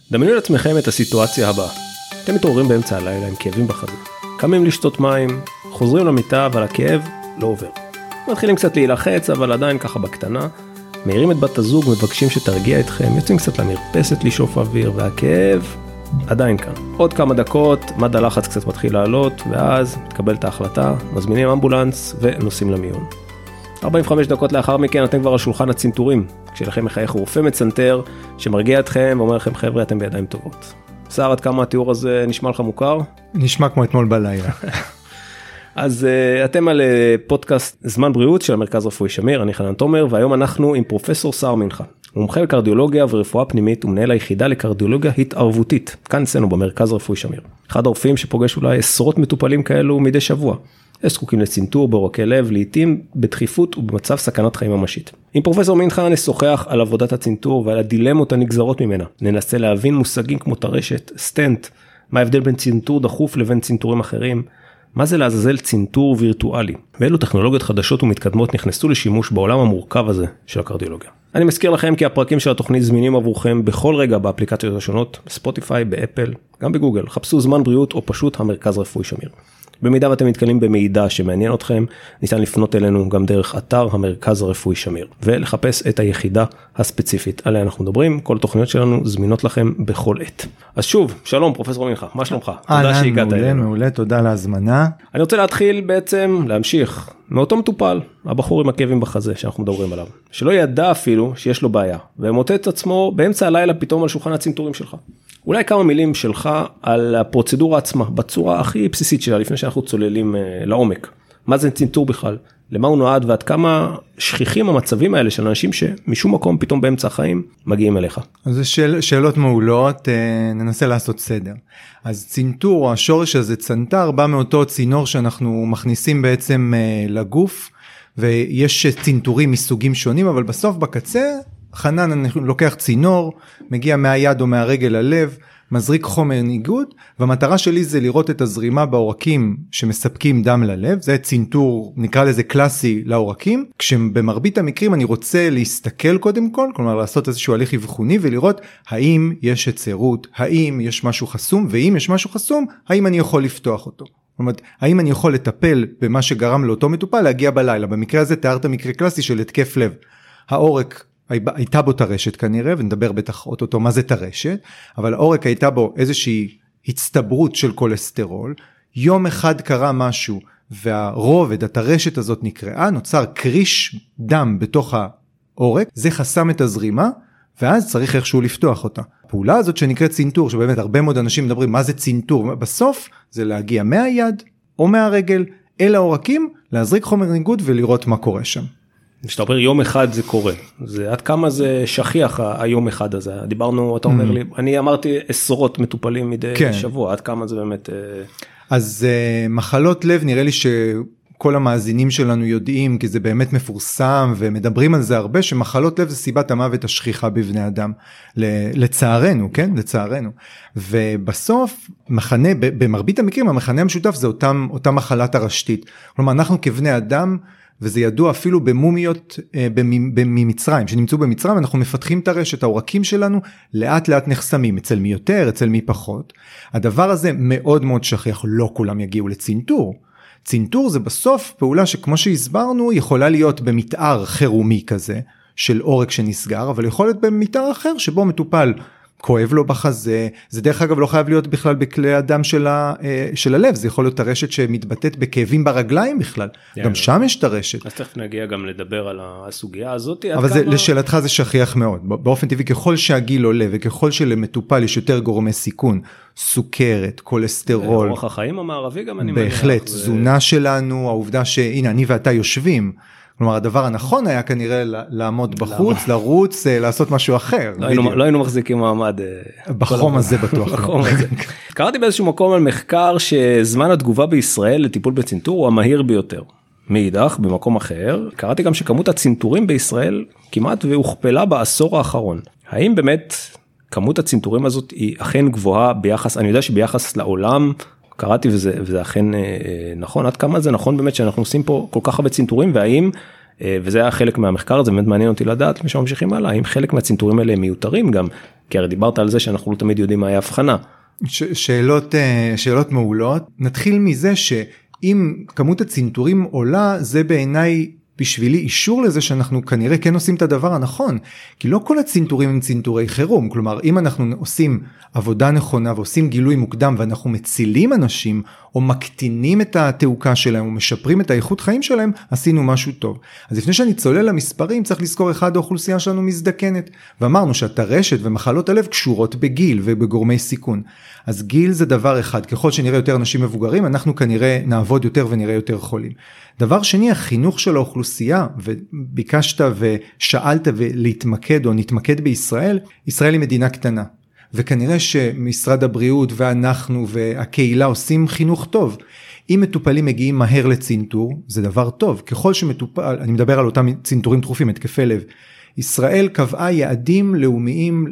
דמיינו לעצמכם את הסיטואציה הבאה. אתם מתעוררים באמצע הלילה עם כאבים בחזה. קמים לשתות מים, חוזרים למיטה, אבל הכאב לא עובר. מתחילים קצת להילחץ, אבל עדיין ככה בקטנה. מעירים את בת הזוג, מבקשים שתרגיע אתכם, יוצאים קצת למרפסת לשאוף אוויר, והכאב עדיין כאן. עוד כמה דקות, מד הלחץ קצת מתחיל לעלות, ואז מתקבלת ההחלטה, מזמינים אמבולנס ונוסעים למיון. 45 דקות לאחר מכן אתם כבר על שולחן הצנתורים, כשלכם מחייך רופא מצנתר שמרגיע אתכם ואומר לכם חבר'ה אתם בידיים טובות. סער, עד כמה התיאור הזה נשמע לך מוכר? נשמע כמו אתמול בלילה. אז אתם על פודקאסט זמן בריאות של המרכז רפואי שמיר, אני חנן תומר, והיום אנחנו עם פרופסור סער מנחה. הוא מומחה לקרדיולוגיה ורפואה פנימית ומנהל היחידה לקרדיולוגיה התערבותית, כאן אצלנו במרכז רפואי שמיר. אחד הרופאים שפוגש אולי עשרות מטופלים כאלו מדי שבוע. זקוקים לצנתור בעורקי לב, לעתים בדחיפות ובמצב סכנת חיים ממשית. עם פרופסור מנחה נשוחח על עבודת הצנתור ועל הדילמות הנגזרות ממנה. ננסה להבין מושגים כמו טרשת, סטנט, מה ההבדל בין צנתור דחוף לבין צנתורים אחרים, מה זה לעזאזל צנתור וירטואלי, ואילו טכנולוגיות חדשות ומתקדמות נכנסו לשימוש בעולם המורכב הזה של הקרדיולוגיה. אני מזכיר לכם כי הפרקים של התוכנית זמינים עבורכם בכל רגע באפליקציות השונות, בספוטיפיי, באפל, גם בגוגל. חפשו זמן בריאות או פשוט המרכז רפואי שמיר. במידה ואתם מתקלים במידע שמעניין אתכם, ניתן לפנות אלינו גם דרך אתר המרכז הרפואי שמיר, ולחפש את היחידה הספציפית עליה אנחנו מדברים. כל התוכניות שלנו זמינות לכם בכל עת. אז שוב, שלום פרופסור מנחה, מה שלומך? תודה שהגעת אלינו. מעולה, תודה על ההזמנה. אני רוצה להתחיל בעצם, להמשיך מאותו מטופל, הבחור עם הכאבים בחזה שאנחנו מדברים עליו, שלא ידע אפילו שיש לו בעיה, ומוצא את עצמו באמצע הלילה פתאום על שולחן הצנתורים שלך. אולי כמה מילים שלך על הפרוצדורה עצמה, בצורה הכי בסיסית שלה, לפני שאנחנו צוללים לעומק. מה זה צנתור בכלל? למה הוא נועד? ועד כמה שכיחים המצבים האלה של אנשים שמשום מקום פתאום באמצע החיים מגיעים אליך? אז זה שאלות מעולות, ננסה לעשות סדר. אז צנתור, השורש הזה צנתר, בא מאותו צינור שאנחנו מכניסים בעצם לגוף, ויש צנתורים מסוגים שונים, אבל בסוף בקצה, חנן אני לוקח צינור, מגיע מהיד או מהרגל ללב, מזריק חומר ניגוד, והמטרה שלי זה לראות את הזרימה בעורקים שמספקים דם ללב, זה צנתור, נקרא לזה קלאסי לעורקים, כשבמרבית המקרים אני רוצה להסתכל קודם כל, כלומר לעשות איזשהו הליך אבחוני ולראות האם יש היצרות, האם יש משהו חסום, ואם יש משהו חסום, האם אני יכול לפתוח אותו. זאת אומרת, האם אני יכול לטפל במה שגרם לאותו מטופל להגיע בלילה, במקרה הזה תיארת מקרה קלאסי של התקף לב, העורק הייתה בו טרשת כנראה, ונדבר בטח אותו מה זה טרשת, אבל העורק הייתה בו איזושהי הצטברות של קולסטרול, יום אחד קרה משהו, והרובד, הטרשת הזאת נקראה, נוצר קריש דם בתוך העורק, זה חסם את הזרימה, ואז צריך איכשהו לפתוח אותה. הפעולה הזאת שנקראת צנתור, שבאמת הרבה מאוד אנשים מדברים מה זה צנתור, בסוף זה להגיע מהיד או מהרגל אל העורקים, להזריק חומר ניגוד ולראות מה קורה שם. כשאתה אומר יום אחד זה קורה, זה עד כמה זה שכיח היום אחד הזה, דיברנו, אתה אומר לי, אני אמרתי עשרות מטופלים מדי שבוע, עד כמה זה באמת... אז מחלות לב נראה לי שכל המאזינים שלנו יודעים, כי זה באמת מפורסם ומדברים על זה הרבה, שמחלות לב זה סיבת המוות השכיחה בבני אדם, לצערנו, כן? לצערנו. ובסוף, במרבית המקרים, המכנה המשותף זה אותה מחלת הרשתית. כלומר, אנחנו כבני אדם, וזה ידוע אפילו במומיות ממצרים, שנמצאו במצרים, אנחנו מפתחים את הרשת, העורקים שלנו לאט לאט נחסמים, אצל מי יותר, אצל מי פחות. הדבר הזה מאוד מאוד שכיח, לא כולם יגיעו לצנתור. צנתור זה בסוף פעולה שכמו שהסברנו, יכולה להיות במתאר חירומי כזה, של עורק שנסגר, אבל יכול להיות במתאר אחר, שבו מטופל כואב לו בחזה, זה דרך אגב לא חייב להיות בכלל בכלי הדם של הלב, זה יכול להיות טרשת שמתבטאת בכאבים ברגליים בכלל, גם שם יש טרשת. אז תכף נגיע גם לדבר על הסוגיה הזאת. אבל לשאלתך זה שכיח מאוד, באופן טבעי ככל שהגיל עולה, וככל שלמטופל יש יותר גורמי סיכון, סוכרת, קולסטרול. אורח החיים המערבי גם אני מניח. בהחלט, תזונה שלנו, העובדה שהנה אני ואתה יושבים, כלומר, הדבר הנכון היה כנראה לעמוד בחוץ, לרוץ, לעשות משהו אחר. לא היינו מחזיקים מעמד. בחום הזה בטוח. קראתי באיזשהו מקום על מחקר שזמן התגובה בישראל לטיפול בצנתור הוא המהיר ביותר. מאידך, במקום אחר, קראתי גם שכמות הצנתורים בישראל כמעט והוכפלה בעשור האחרון. האם באמת כמות הצנתורים הזאת היא אכן גבוהה ביחס, אני יודע שביחס לעולם, קראתי וזה אכן נכון, עד כמה זה נכון באמת שאנחנו עושים פה כל כך הרבה צנתורים, והאם, וזה היה חלק מהמחקר, זה באמת מעניין אותי לדעת, משהו ממשיכים הלאה, האם חלק מהצנתורים האלה מיותרים גם, כי הרי דיברת על זה שאנחנו לא תמיד יודעים מה היה הבחנה. שאלות מעולות. נתחיל מזה שאם כמות הצנתורים עולה, זה בעיניי בשבילי אישור לזה שאנחנו כנראה כן עושים את הדבר הנכון, כי לא כל הצנתורים הם צנתורי חירום, כלומר אם אנחנו עושים עבודה נכונה ועושים גילוי מוקדם ואנחנו מצילים אנשים או מקטינים את התעוקה שלהם או משפרים את האיכות חיים שלהם, עשינו משהו טוב. אז לפני שאני צולל למספרים צריך לזכור אחד האוכלוסייה שלנו מזדקנת, ואמרנו שהטרשת ומחלות הלב קשורות בגיל ובגורמי סיכון. אז גיל זה דבר אחד, ככל שנראה יותר אנשים מבוגרים אנחנו כנראה נעבוד יותר ונראה יותר חולים. דבר שני, החינוך של האוכלוסייה, וביקשת ושאלת ולהתמקד או נתמקד בישראל, ישראל היא מדינה קטנה, וכנראה שמשרד הבריאות ואנחנו והקהילה עושים חינוך טוב. אם מטופלים מגיעים מהר לצנתור, זה דבר טוב, ככל שמטופל, אני מדבר על אותם צנתורים דחופים, התקפי לב, ישראל קבעה יעדים לאומיים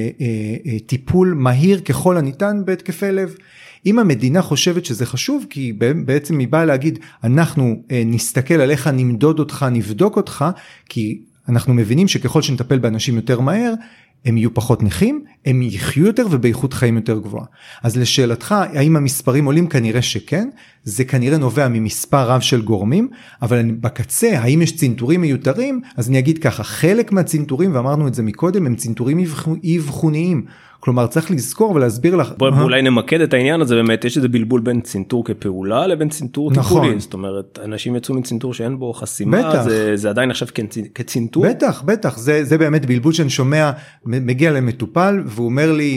לטיפול מהיר ככל הניתן בהתקפי לב. אם המדינה חושבת שזה חשוב, כי בעצם היא באה להגיד, אנחנו נסתכל עליך, נמדוד אותך, נבדוק אותך, כי אנחנו מבינים שככל שנטפל באנשים יותר מהר, הם יהיו פחות נכים, הם יחיו יותר ובאיכות חיים יותר גבוהה. אז לשאלתך, האם המספרים עולים? כנראה שכן, זה כנראה נובע ממספר רב של גורמים, אבל בקצה, האם יש צנתורים מיותרים? אז אני אגיד ככה, חלק מהצנתורים, ואמרנו את זה מקודם, הם צנתורים אבחוניים, כלומר צריך לזכור ולהסביר לך. אולי נמקד את העניין הזה, באמת יש איזה בלבול בין צנתור כפעולה לבין צנתור טיפולי, זאת אומרת, אנשים יצאו מצנתור שאין בו חסימה, זה עדיין נחשב כצנתור? בטח, זה באמת בלבול שאני שומע, מגיע למטופל והוא אומר לי,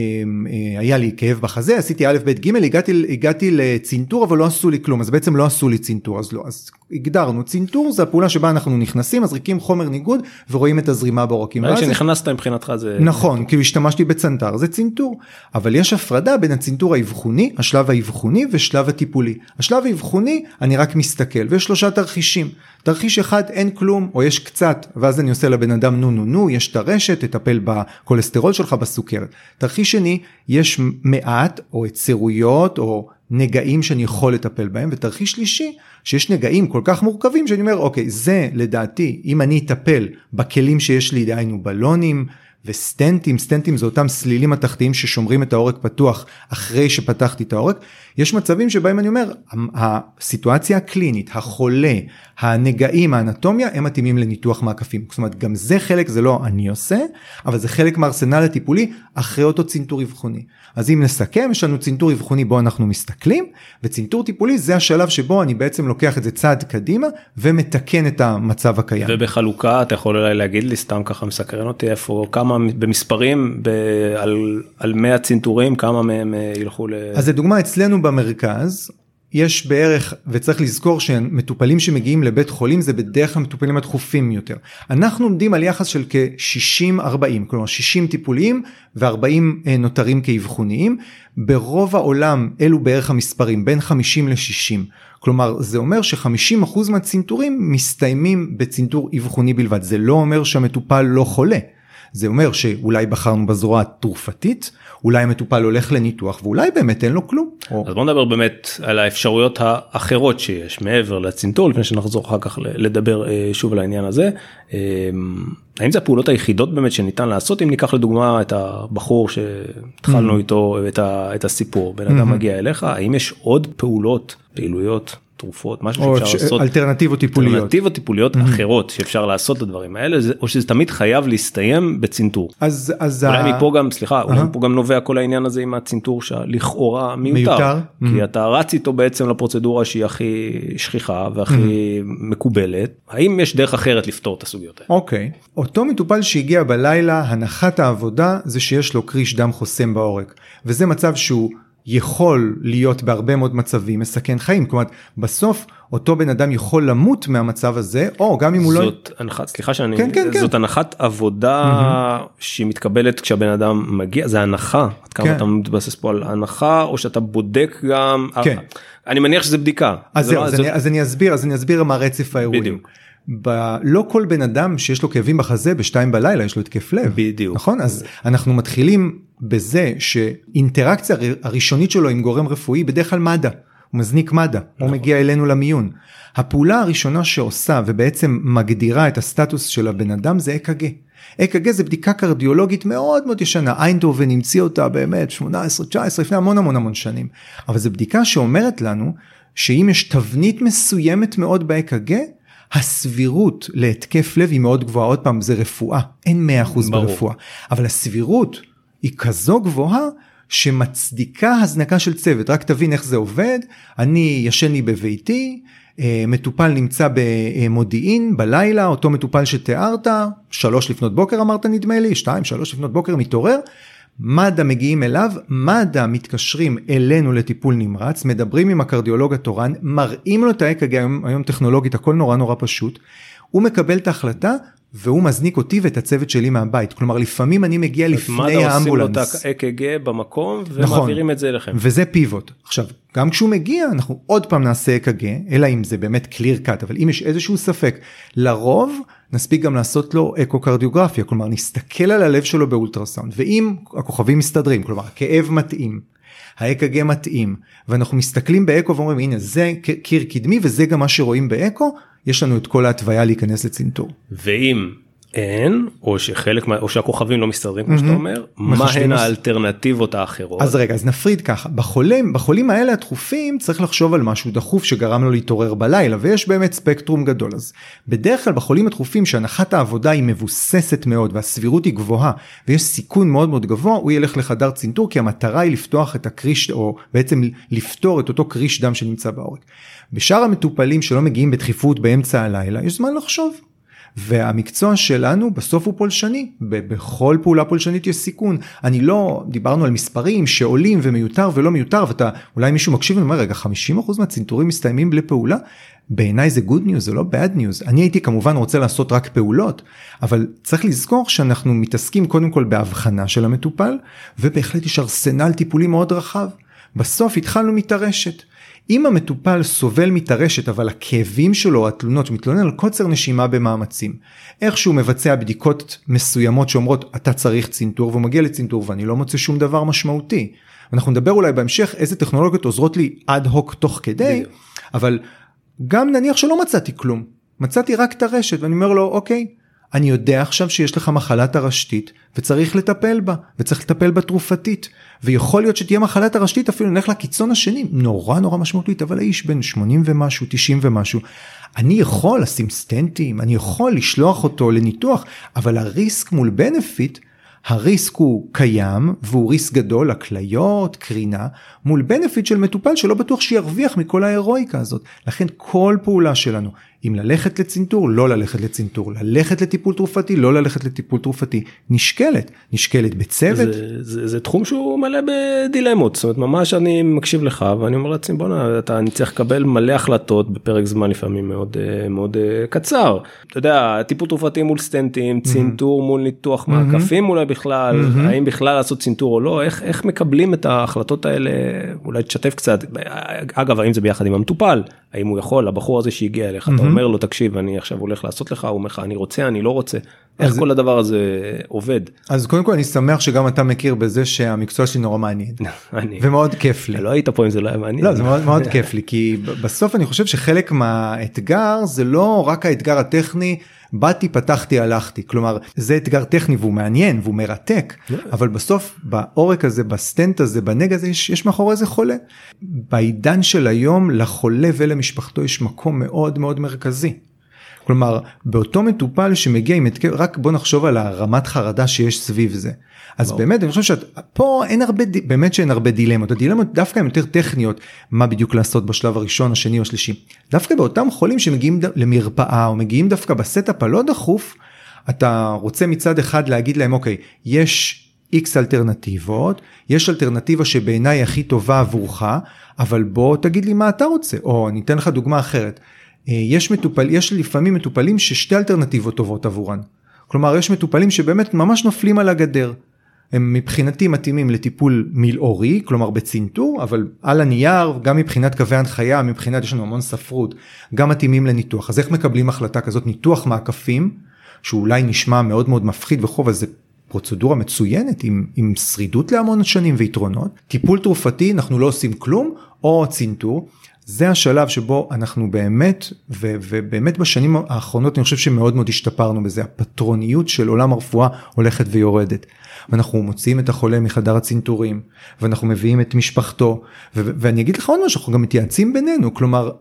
היה לי כאב בחזה, עשיתי א' ב' ג', הגעתי לצנתור, אבל לא עשו לי כלום, אז בעצם לא עשו לי צנתור, אז לא, אז הגדרנו, צנתור זה הפעולה שבה אנחנו נכנסים, מזריקים חומר ניגוד, ורואים את הזרימה בעורקים. כשנכנסת מבחינתך זה... נכון, כי השתמשתי בצנתר, זה צנתור, אבל יש הפרדה בין הצנתור האבחוני, השלב האבחוני ושלב הטיפולי. השלב האבחוני, אני רק מסתכל, ויש 3 תרחישים. תרחיש אחד, אין כלום, או יש קצת, ואז אני עושה לבן אדם נו, יש טרשת, תטפל בקולסטרול שלך, בסוכרת. תרחיש שני, יש מעט, או יצירויות, או נגעים שאני יכול לטפל בהם, ותרחיש שלישי, שיש נגעים כל כך מורכבים, שאני אומר, אוקיי, זה לדעתי, אם אני אטפל בכלים שיש לי, דהיינו בלונים, וסטנטים, סטנטים זה אותם סלילים התחתיים ששומרים את העורק פתוח אחרי שפתחתי את העורק, יש מצבים שבהם אני אומר, הסיטואציה הקלינית, החולה, הנגעים, האנטומיה, הם מתאימים לניתוח מעקפים. זאת אומרת, גם זה חלק, זה לא אני עושה, אבל זה חלק מהארסנל הטיפולי, אחרי אותו צנתור אבחוני. אז אם נסכם, יש לנו צנתור אבחוני בו אנחנו מסתכלים, וצנתור טיפולי זה השלב שבו אני בעצם לוקח את זה צעד קדימה, ומתקן את המצב הקיים. ובחלוקה, אתה יכול אולי להגיד לי, סתם ככה מסקרן אותי, איפה, כמה במספרים, על 100 צנתורים, כמה מהם ילכו אז לדוגמה, אצלנו במרכז, יש בערך, וצריך לזכור שמטופלים שמגיעים לבית חולים, זה בדרך כלל מטופלים הדחופים יותר. אנחנו עומדים על יחס של כ-60-40, כלומר 60 טיפוליים ו-40 נותרים כאבחוניים. ברוב העולם אלו בערך המספרים, בין 50 ל-60. כלומר, זה אומר ש-50% מהצנתורים מסתיימים בצנתור אבחוני בלבד. זה לא אומר שהמטופל לא חולה. זה אומר שאולי בחרנו בזרוע התרופתית, אולי המטופל הולך לניתוח, ואולי באמת אין לו כלום. אז בוא נדבר באמת על האפשרויות האחרות שיש, מעבר לצנתור, לפני שנחזור אחר כך לדבר שוב על העניין הזה. האם זה הפעולות היחידות באמת שניתן לעשות, אם ניקח לדוגמה את הבחור שהתחלנו איתו את הסיפור, בן אדם מגיע אליך, האם יש עוד פעילויות, תרופות, משהו שאפשר לעשות, אלטרנטיבות טיפוליות אחרות שאפשר לעשות את הדברים האלה, או שזה תמיד חייב להסתיים בצנתור. אולי מפה גם, אולי מפה גם נובע כל העניין הזה עם הצנתור שלכאורה מיותר, כי אתה רץ איתו בעצם לפרוצדורה שהיא הכי שכיחה והכי מקובלת. האם יש דרך אחרת לפתור את הסוגיות האלה? אוקיי. אותו מטופל שהגיע בלילה, הנחת העבודה זה שיש לו קריש דם חוסם בעורק, וזה מצב שהוא יכול להיות בהרבה מאוד מצבים מסכן חיים, כלומר בסוף אותו בן אדם יכול למות מהמצב הזה, או גם אם הוא לא... זאת הנחת, סליחה שאני... זאת הנחת עבודה שהיא מתקבלת כשהבן אדם מגיע, זה הנחה, עד כמה אתה מתבסס פה על הנחה, או שאתה בודק גם... אני מניח שזה בדיקה. אז אני אסביר מה רצף האירועים. בדיוק. לא כל בן אדם שיש לו כאבים בחזה בשתיים בלילה יש לו התקף לב. בדיוק. נכון? אז אנחנו מתחילים בזה שאינטראקציה הראשונית שלו עם גורם רפואי בדרך כלל מד"א. הוא מזניק מד"א, הוא מגיע אלינו למיון. הפעולה הראשונה שעושה ובעצם מגדירה את הסטטוס של הבן אדם זה אק"ג. אק"ג זה בדיקה קרדיולוגית מאוד מאוד ישנה, איינדהובן המציאה אותה באמת 18, 19, לפני המון שנים, אבל זו בדיקה שאומרת לנו, שאם יש תבנית מסוימת מאוד באק"ג, הסבירות להתקף לב היא מאוד גבוהה, עוד פעם זה רפואה, אין 100% ברפואה, אבל הסבירות היא כזו גבוהה, שמצדיקה הזנקה של צוות, רק תבין איך זה עובד, אני ישן לי בביתי, מטופל נמצא במודיעין בלילה, אותו מטופל שתיארת, 3 לפנות בוקר אמרת נדמה לי, 2, 3 לפנות בוקר מתעורר, מד"א מגיעים אליו, מד"א מתקשרים אלינו לטיפול נמרץ, מדברים עם הקרדיולוג התורן, מראים לו את האק"ג, היום טכנולוגית, הכל נורא פשוט, הוא מקבל את ההחלטה, והוא מזניק אותי ואת הצוות שלי מהבית. כלומר, לפעמים אני מגיע לפני האמבולנס. מד"א עושים לו את האק"ג במקום, ומעבירים את זה אליכם. וזה פיבוט. עכשיו, גם כשהוא מגיע, אנחנו עוד פעם נעשה אק"ג, אלא אם זה באמת קליר קאט, אבל אם יש איזשהו ספק, לרוב נספיק גם לעשות לו אקוקרדיוגרפיה, כלומר, נסתכל על הלב שלו באולטרסאונד, ואם הכוכבים מסתדרים, כלומר, הכאב מתאים, האק"ג מתאים, ואנחנו מסתכלים באקו ואומרים, הנה, זה קיר קדמי, וזה גם מה שרואים באקו, יש לנו את כל ההתוויה להיכנס לצנתור. ואם אין, או שהכוכבים לא מסתדרים, כמו שאתה אומר, מה הן האלטרנטיבות האחרות? אז רגע, אז נפריד ככה, בחולים האלה הדחופים, צריך לחשוב על משהו דחוף שגרם לו להתעורר בלילה, ויש באמת ספקטרום גדול. אז בדרך כלל בחולים הדחופים, שהנחת העבודה היא מבוססת מאוד, והסבירות היא גבוהה, ויש סיכון מאוד מאוד גבוה, הוא ילך לחדר צנתור, כי המטרה היא לפתוח את הקריש, או בעצם לפתור את אותו קריש דם שנמצא בעורק. בשאר המטופלים שלא מגיעים בדחיפות באמצע הלילה, יש זמן לחשוב. והמקצוע שלנו בסוף הוא פולשני, בכל פעולה פולשנית יש סיכון, דיברנו על מספרים שעולים ומיותר ולא מיותר, אולי מישהו מקשיב ואומר, רגע, 50% מהצנתורים מסתיימים בלי פעולה, בעיניי זה good news, זה לא bad news, אני הייתי כמובן רוצה לעשות רק פעולות, אבל צריך לזכור שאנחנו מתעסקים קודם כל בהבחנה של המטופל, ובהחלט יש ארסנל טיפולי מאוד רחב, בסוף התחלנו מתרשת, אם המטופל סובל מתרשת, אבל הכאבים שלו, התלונות שמתלונן על קוצר נשימה במאמצים, איכשהו מבצע בדיקות מסוימות שאומרות, אתה צריך צנתור, והוא מגיע לצנתור, ואני לא מוצא שום דבר משמעותי. אנחנו נדבר אולי בהמשך, איזה טכנולוגיות עוזרות לי עד הוק תוך כדי, אבל גם נניח שלא מצאתי כלום, מצאתי רק תרשת, ואני אומר לו, אוקיי, אני יודע עכשיו שיש לך מחלה תרשתית, וצריך לטפל בה, וצריך לטפל בה תרופתית, ויכול להיות שתהיה מחלה תרשתית, אפילו נלך לקיצון השני, נורא משמעותית, אבל האיש בין 80 ומשהו, 90 ומשהו, אני יכול לשים סטנטים, אני יכול לשלוח אותו לניתוח, אבל הריסק מול בנפיט, הריסק הוא קיים, והוא ריסק גדול, הכליות, קרינה, מול בנפיט של מטופל שלא בטוח שירוויח מכל ההירואיקה הזאת. לכן כל פעולה שלנו, אם ללכת לצנתור, לא ללכת לצנתור, ללכת לטיפול תרופתי, לא ללכת לטיפול תרופתי, נשקלת בצוות. זה תחום שהוא מלא בדילמות, זאת אומרת, ממש אני מקשיב לך, ואני אומר לעצמי, בוא'נה, אני צריך לקבל מלא החלטות בפרק זמן לפעמים מאוד, מאוד קצר. אתה יודע, טיפול תרופתי מול סטנטים, צנתור מול ניתוח מעקפים אולי בכלל, האם בכלל לעשות צנתור או לא, איך מקבלים את ההחלטות האלה, אולי תשתף קצת, אגב, האם זה ביחד עם המטופל, האם הוא יכול, הבחור הזה שהגיע אליך, אתה אומר לו, תקשיב, אני עכשיו הולך לעשות לך, הוא אומר לך, אני רוצה, אני לא רוצה. איך כל הדבר הזה עובד? אז קודם כל אני שמח שגם אתה מכיר בזה שהמקצוע שלי נורא מעניין. ומאוד כיף לי. לא היית פה אם זה לא היה מעניין. לא, זה מאוד כיף לי, כי בסוף אני חושב שחלק מהאתגר, זה לא רק האתגר הטכני, באתי, פתחתי, הלכתי. כלומר, זה אתגר טכני והוא מעניין והוא מרתק, אבל בסוף בעורק הזה, בסטנט הזה, בנג הזה, יש מאחורי זה חולה. בעידן של היום, לחולה ולמשפחתו יש מקום מאוד מאוד מרכזי. כלומר, באותו מטופל שמגיע עם התקף, רק בוא נחשוב על הרמת חרדה שיש סביב זה. אז באמת, אני חושב שפה באמת שאין הרבה דילמות. הדילמות דווקא הן יותר טכניות, מה בדיוק לעשות בשלב הראשון, השני או השלישי. דווקא באותם חולים שמגיעים למרפאה, או מגיעים דווקא בסטאפ הלא דחוף, אתה רוצה מצד אחד להגיד להם, אוקיי, יש X אלטרנטיבות, יש אלטרנטיבה שבעיניי הכי טובה עבורך, אבל בוא תגיד לי מה אתה רוצה, או אני אתן לך דוגמה אחרת. יש לפעמים מטופלים ששתי אלטרנטיבות טובות עבורן. כלומר, יש מטופלים שבאמת ממש נופלים על הגדר. הם מבחינתי מתאימים לטיפול מילאורי, כלומר בצנתור, אבל על הנייר, גם מבחינת קווי הנחיה, מבחינת יש לנו המון ספרות, גם מתאימים לניתוח. אז איך מקבלים החלטה כזאת? ניתוח מעקפים, שאולי נשמע מאוד מאוד מפחיד וחוב, אז זה פרוצדורה מצוינת, עם שרידות להמון שנים ויתרונות. טיפול תרופתי, אנחנו לא עושים כלום, או צנתור. זה השלב שבו אנחנו באמת, ובאמת בשנים האחרונות אני חושב שמאוד מאוד השתפרנו בזה, הפטרוניות של עולם הרפואה הולכת ויורדת, ואנחנו מוציאים את החולה מחדר הצנתורים, ואנחנו מביאים את משפחתו, ואני אגיד לך עוד משהו, אנחנו גם מתייעצים בינינו, כלומר,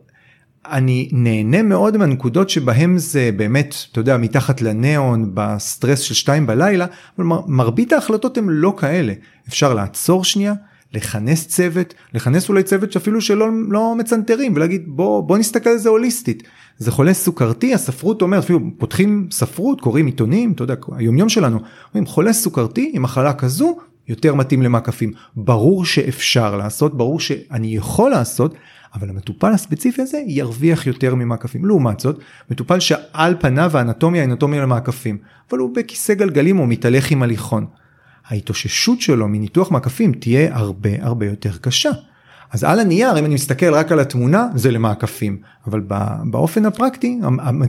אני נהנה מאוד מהנקודות שבהם זה באמת, אתה יודע, מתחת לניאון, בסטרס של 2 בלילה, אבל מרבית ההחלטות הן לא כאלה, אפשר לעצור שנייה, לכנס צוות, לכנס אולי צוות שאפילו שלא מצנתרים, ולהגיד בוא נסתכל על זה הוליסטית, זה חולה סוכרתי, הספרות אומרת, אפילו פותחים ספרות, קוראים עיתונים, אתה יודע, היומיום שלנו, אומרים חולה סוכרתי עם מחלה כזו, יותר מתאים למעקפים, ברור שאפשר לעשות, ברור שאני יכול לעשות, אבל המטופל הספציפי הזה ירוויח יותר ממעקפים, לעומת זאת, מטופל שעל פניו האנטומיה היא אנטומיה למעקפים, אבל הוא בכיסא גלגלים או מתהלך עם הליכון, ההתאוששות שלו מניתוח מעקפים תהיה הרבה יותר קשה. אז על הנייר, אם אני מסתכל רק על התמונה, זה למעקפים. אבל באופן הפרקטי,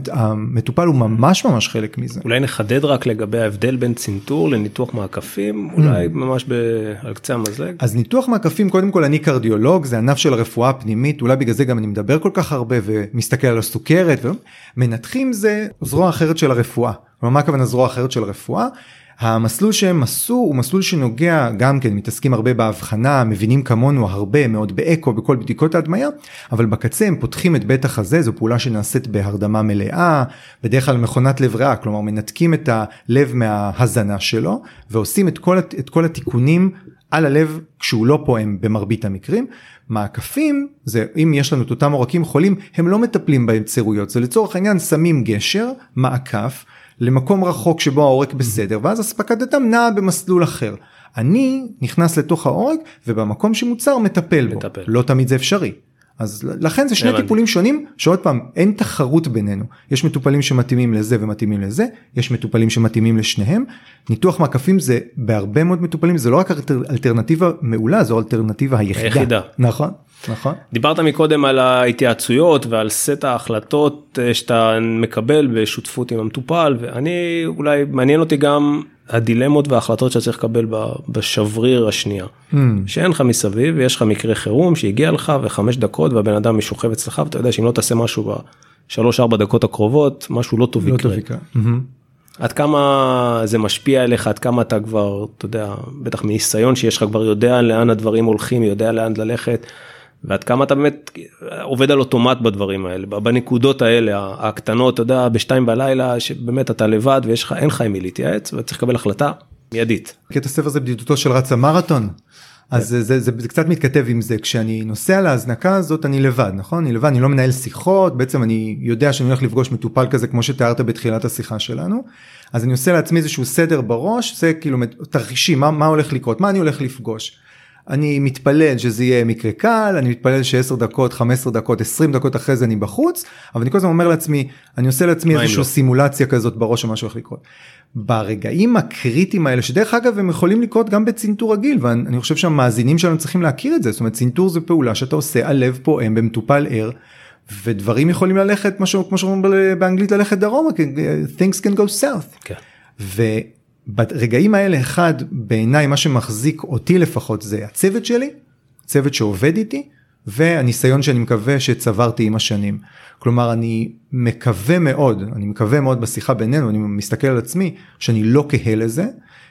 המטופל הוא ממש חלק מזה. אולי נחדד רק לגבי ההבדל בין צנתור לניתוח מעקפים, אולי ממש על קצה המזלג. אז ניתוח מעקפים, קודם כל אני קרדיולוג, זה ענף של הרפואה הפנימית, אולי בגלל זה גם אני מדבר כל כך הרבה, ומסתכל על הסוכרת, מנתחים זה זרוע אחרת של הרפואה. מה הכוונה זרוע אחרת של הרפואה? המסלול שהם עשו הוא מסלול שנוגע גם כן, מתעסקים הרבה בהבחנה, מבינים כמונו הרבה מאוד באקו, בכל בדיקות ההדמיה, אבל בקצה הם פותחים את בית החזה, זו פעולה שנעשית בהרדמה מלאה, בדרך כלל מכונת לב ריאה, כלומר מנתקים את הלב מההזנה שלו, ועושים את כל התיקונים על הלב כשהוא לא פועם במרבית המקרים. מעקפים, זה, אם יש לנו את אותם עורקים חולים, הם לא מטפלים באמצערויות, זה לצורך העניין שמים גשר, מעקף, למקום רחוק שבו העורק בסדר, ואז הספקת הדם נעה במסלול אחר. אני נכנס לתוך העורק, ובמקום שמוצר מטפל בו. לא תמיד זה אפשרי. אז לכן זה שני טיפולים שונים, שעוד פעם, אין תחרות בינינו. יש מטופלים שמתאימים לזה ומתאימים לזה, יש מטופלים שמתאימים לשניהם. ניתוח מעקפים זה, בהרבה מאוד מטופלים, זה לא רק אלטרנטיבה מעולה, זו אלטרנטיבה היחידה. נכון. נכון. דיברת מקודם על ההתייעצויות ועל סט ההחלטות שאתה מקבל בשותפות עם המטופל, ואני אולי מעניין אותי גם הדילמות וההחלטות שאתה צריך לקבל בשבריר השנייה. שאין לך מסביב ויש לך מקרה חירום שהגיע לך ו5 דקות והבן אדם משוכב אצלך, ואתה יודע שאם לא תעשה משהו ב3-4 דקות הקרובות, משהו לא טוב יקרה. עד כמה זה משפיע אליך, עד כמה אתה כבר, אתה יודע, בטח מניסיון שיש לך כבר יודע לאן הדברים הולכים, יודע לאן ללכת, ועד כמה אתה באמת עובד על אוטומט בדברים האלה, בנקודות האלה, הקטנות, אתה יודע, ב2 בלילה, שבאמת אתה לבד, אין לך עם מי להתייעץ, וצריך לקבל החלטה מיידית. קטע הספר זה בדידותו של רץ המרתון, אז זה קצת מתכתב עם זה, כשאני נוסע להזנקה הזאת, אני לבד, נכון? אני לבד, אני לא מנהל שיחות, בעצם אני יודע שאני הולך לפגוש מטופל כזה, כמו שתיארת בתחילת השיחה שלנו, אז אני עושה לעצמי איזשהו סדר בראש, זה כאילו תרחישים, מה הולך לקרות, מה אני הולך לפגוש. אני מתפלל שזה יהיה מקרה קל, אני מתפלל ש10 דקות, 15 דקות, 20 דקות אחרי זה אני בחוץ, אבל אני כל הזמן אומר לעצמי, אני עושה לעצמי איזושהי סימולציה כזאת בראש או משהו הולך לקרות. ברגעים הקריטיים האלה, שדרך אגב הם יכולים לקרות גם בצנתור רגיל, ואני חושב שהמאזינים שלנו צריכים להכיר את זה, זאת אומרת צנתור זה פעולה שאתה עושה, הלב פועם במטופל ער, ודברים יכולים ללכת, כמו שאומרים באנגלית ללכת דרומה, things can go south. כן. ברגעים האלה אחד, בעיניי מה שמחזיק אותי לפחות זה הצוות שלי, צוות שעובד איתי, והניסיון שאני מקווה שצברתי עם השנים. כלומר, אני מקווה מאוד בשיחה בינינו, אני מסתכל על עצמי, שאני לא קהה לזה,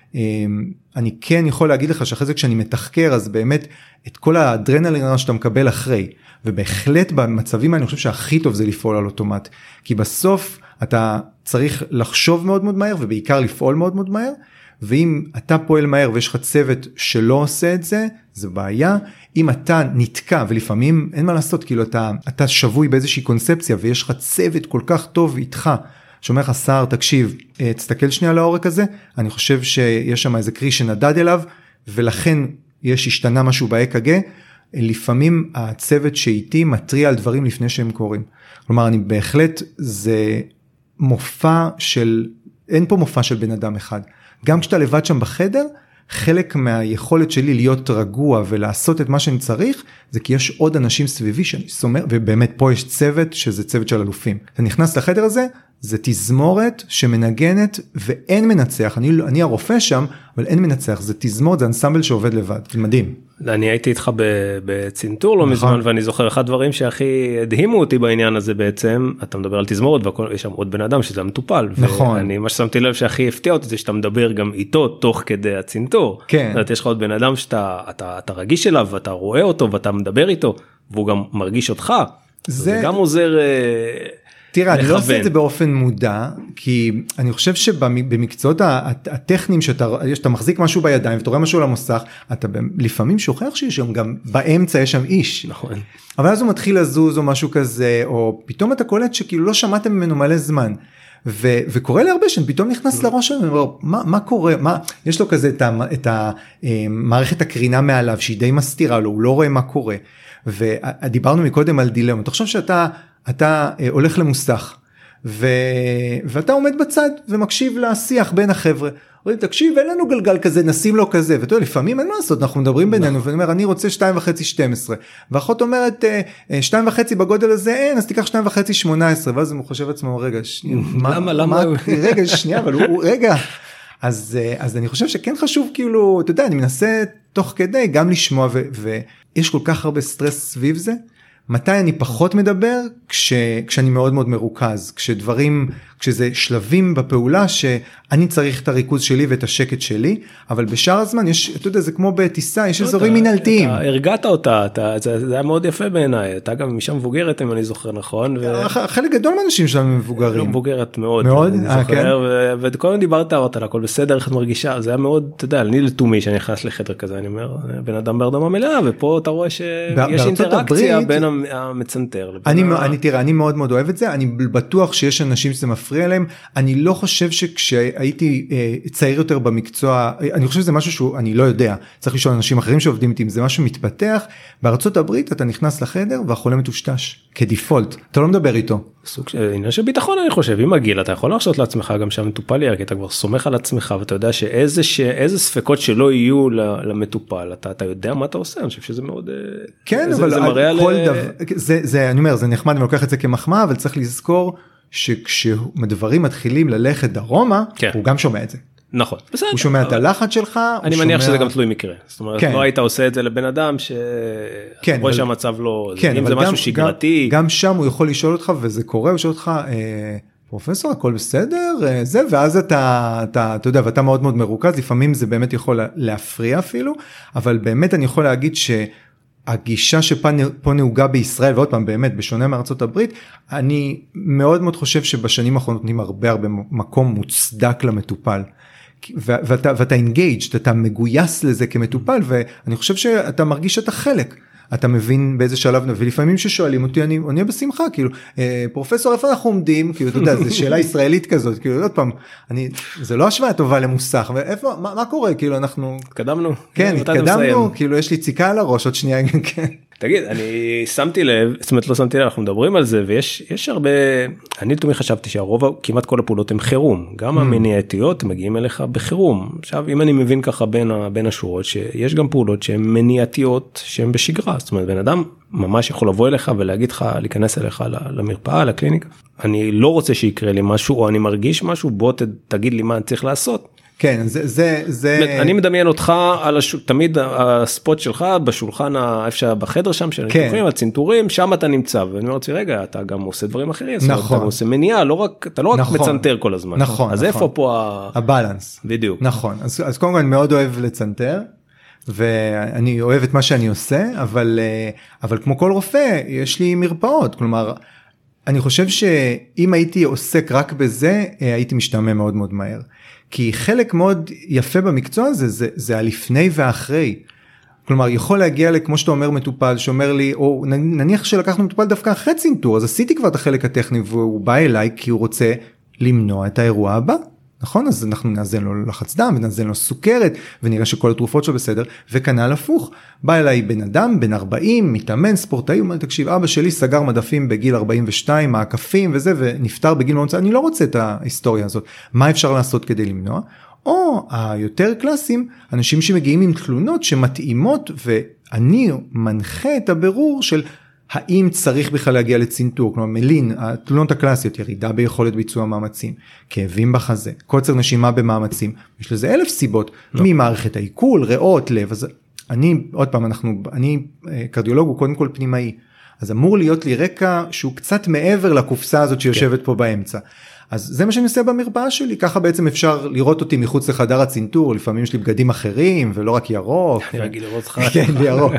אני כן יכול להגיד לך שאחרי זה כשאני מתחקר, אז באמת את כל האדרנלין שאתה מקבל אחרי, ובהחלט במצבים האלה אני חושב שהכי טוב זה לפעול על אוטומט, כי בסוף אתה צריך לחשוב מאוד מאוד מהר, ובעיקר לפעול מאוד מאוד מהר, ואם אתה פועל מהר ויש לך צוות שלא עושה את זה, זה בעיה. אם אתה נתקע, ולפעמים אין מה לעשות, כאילו אתה שבוי באיזושהי קונספציה, ויש לך צוות כל כך טוב איתך, שאומר לך, שר, תקשיב, תסתכל שנייה על העורק הזה, אני חושב שיש שם איזה קרי שנדד אליו, ולכן יש השתנה משהו באק"ג, לפעמים הצוות שאיתי מטריע על דברים לפני שהם קורים. כלומר, אני בהחלט, זה מופע אין פה מופע של בן אדם אחד. גם כשאתה לבד שם בחדר, חלק מהיכולת שלי להיות רגוע ולעשות את מה שאני צריך, זה כי יש עוד אנשים סביבי שאני סומך, ובאמת פה יש צוות שזה צוות של אלופים. אתה נכנס לחדר הזה, זה תזמורת שמנגנת ואין מנצח, אני הרופא שם, אבל אין מנצח, זה תזמורת, זה אנסמבל שעובד לבד, זה מדהים. אני הייתי איתך בצינטור לא מזמן, ואני זוכר אחד הדברים שהכי הדהימו אותי בעניין הזה בעצם, אתה מדבר על תזמורת, ויש שם עוד בן אדם שזה המטופל, ואני מה ששמתי לב שהכי הפתיע אותי, זה שאתה מדבר גם איתו תוך כדי הצינטור, זאת אומרת, יש לך עוד בן אדם שאתה רגיש אליו, ואתה רואה אותו, ואתה מדבר איתו, והוא גם מרגיש אותך, זה גם עוזר תראה, אני לא עושה את זה באופן מודע, כי אני חושב שבמקצועות הטכניים, שאתה מחזיק משהו בידיים, ואתה רואה משהו על המסך, אתה לפעמים שוכח שיש שם גם באמצע, יש שם איש. נכון. אבל אז הוא מתחיל לזוז או משהו כזה, או פתאום אתה קולט שכאילו לא שמעתם ממנו מלא זמן. וקורה לי הרבה פתאום נכנס לראש שלנו, מה קורה, יש לו כזה את מערכת הקרינה מעליו, שהיא די מסתירה לו, הוא לא רואה מה קורה. ודיברנו מקודם על דילמה, תחשוב שאתה הולך למוסך, ואתה עומד בצד ומקשיב לשיח בין החבר'ה, אומרים תקשיב אין לנו גלגל כזה, נשים לו כזה, ואתה יודע לפעמים אין מה לעשות, אנחנו מדברים בינינו, ואני אומר אני רוצה 2.5 12, ואחות אומרת 2.5 בגודל הזה אין, אז תיקח 2.5 18, ואז הוא חושב עצמו רגע, למה? רגע שנייה, אבל הוא רגע, אז אני חושב שכן חשוב כאילו, אתה יודע, אני מנסה תוך כדי גם לשמוע, ויש כל כך הרבה סטרס סביב זה, מתי אני פחות מדבר? כשאני מאוד מאוד מרוכז, כשזה שלבים בפעולה שאני צריך את הריכוז שלי ואת השקט שלי, אבל בשאר הזמן יש, אתה יודע, זה כמו בטיסה, יש אזורים מנהלתיים. הרגעת אותה, זה היה מאוד יפה בעיניי, אתה גם משם מבוגרת אם אני זוכר נכון. חלק גדול מהאנשים שלנו מבוגרים. לא מבוגרת מאוד. מאוד? כן. וכל מיום דיברת על הכל בסדר, איך את מרגישה, זה היה מאוד, אתה יודע, אני לתומי שאני נכנס לחדר כזה, אני אומר, בן אדם בהרדמה מלאה, ופה אתה רואה שיש אינטראקציה בין המצנתר. אני מאוד מאוד אוהב את זה, אני בטוח שיש אנשים שזה מפריע להם, אני לא חושב שכשהייתי צעיר יותר במקצוע, אני חושב שזה משהו שהוא, אני לא יודע, צריך לשאול אנשים אחרים שעובדים איתי, זה משהו מתפתח, בארצות הברית אתה נכנס לחדר והחולה מטושטש, כדיפולט, אתה לא מדבר איתו. סוג של עניין של ביטחון אני חושב, עם הגיל אתה יכול להרשות לעצמך גם שהמטופל יהיה, כי אתה כבר סומך על עצמך, ואתה יודע שאיזה ספקות שלא יהיו למטופל, אתה יודע מה אתה עושה, אני חושב שזה מאוד, כן, אבל כל דבר, אני אומר, זה נחמד, אני לוקח את זה כמחמאה, אבל צריך לזכור שכשדברים מתחילים ללכת דרומה, הוא גם שומע את זה. נכון. הוא שומע את הלחץ שלך. אני מניח שזה גם תלוי מקרה. זאת אומרת, לא היית עושה את זה לבן אדם שרואה שהמצב לא, אם זה משהו שגרתי. גם שם הוא יכול לשאול אותך, וזה קורה, הוא שואל אותך, פרופסור, הכל בסדר? זה, ואז אתה יודע, ואתה מאוד מאוד מרוכז, לפעמים זה באמת יכול להפריע אפילו, אבל באמת אני יכול להגיד הגישה שפה נהוגה בישראל, ועוד פעם באמת, בשונה מארצות הברית, אני מאוד מאוד חושב שבשנים האחרונות נותנים הרבה מקום מוצדק למטופל, ואתה engaged, אתה מגויס לזה כמטופל, ואני חושב שאתה מרגיש שאתה חלק, אתה מבין באיזה שלב, ולפעמים ששואלים אותי, אני עונה בשמחה, כאילו, פרופסור, איפה אנחנו עומדים? כאילו, אתה יודע, זו שאלה ישראלית כזאת, כאילו, עוד פעם, זה לא השוואה טובה למוסך, ואיפה, מה קורה? כאילו, אנחנו... התקדמנו. כן, התקדמנו, כאילו, יש לי ציקה על הראש, עוד שנייה, כן. תגיד, אני שמתי לב, זאת אומרת, לא שמתי לב, אנחנו מדברים על זה, ויש הרבה, אני תמיד חשבתי שהרוב, כמעט כל הפעולות הן חירום, גם המניעתיות מגיעים אליך בחירום. עכשיו, אם אני מבין ככה בין השורות, שיש גם פעולות שהן מניעתיות, שהן בשגרה, זאת אומרת, בן אדם ממש יכול לבוא אליך ולהגיד לך, להיכנס אליך למרפאה, לקליניקה. אני לא רוצה שיקרה לי משהו, או אני מרגיש משהו, בוא תגיד לי מה אני צריך לעשות. כן, אני מדמיין אותך על תמיד הספוט שלך בשולחן איפה בחדר שם של הניתוחים, הצנתורים, שם אתה נמצא, ואני אומר לעצמי, רגע, אתה גם עושה דברים אחרים, נכון. אתה עושה מניעה, אתה לא רק מצנתר כל הזמן. נכון. אז איפה פה הבלנס? בדיוק. נכון, אז קודם כל אני מאוד אוהב לצנתר, ואני אוהב את מה שאני עושה, אבל כמו כל רופא, יש לי מרפאות, כלומר, אני חושב שאם הייתי עוסק רק בזה, הייתי משתעמם מאוד מאוד מהר. כי חלק מאוד יפה במקצוע הזה, זה הלפני ואחרי. כלומר, יכול להגיע כמו שאתה אומר מטופל, שאומר לי, או נניח שלקחנו מטופל דווקא אחרי צינטור, אז עשיתי כבר את החלק הטכני, והוא בא אליי כי הוא רוצה למנוע את האירוע הבא. נכון? אז אנחנו נאזן לו לחץ דם, ונאזן לו סוכרת, ונראה שכל התרופות שלו בסדר, וכנ"ל הפוך. בא אליי בן אדם, בן 40, מתאמן, ספורטאי, הוא אומר, תקשיב, אבא שלי סגר מדפים בגיל 42, מעקפים וזה, ונפטר בגיל מאוד, אני לא רוצה את ההיסטוריה הזאת. מה אפשר לעשות כדי למנוע? או היותר קלאסיים, אנשים שמגיעים עם תלונות שמתאימות, ואני מנחה את הבירור של האם צריך בכלל להגיע לצינטור, כלומר מלין, התלונות הקלאסיות, ירידה ביכולת ביצוע מאמצים, כאבים בחזה, קוצר נשימה במאמצים, יש לזה 1000 סיבות, ממערכת העיכול, ריאות, לב, אז עוד פעם, אני קרדיולוג, הוא קודם כל פנימאי, אז אמור להיות לי רקע שהוא קצת מעבר לקופסה הזאת שיושבת פה באמצע. אז זה מה שאני עושה במרפאה שלי, ככה בעצם אפשר לראות אותי מחוץ לחדר הצינטור, לפעמים יש לי בגדים אחרים ולא רק ירוק. אני רגיל לראות אותך. כן, ירוק.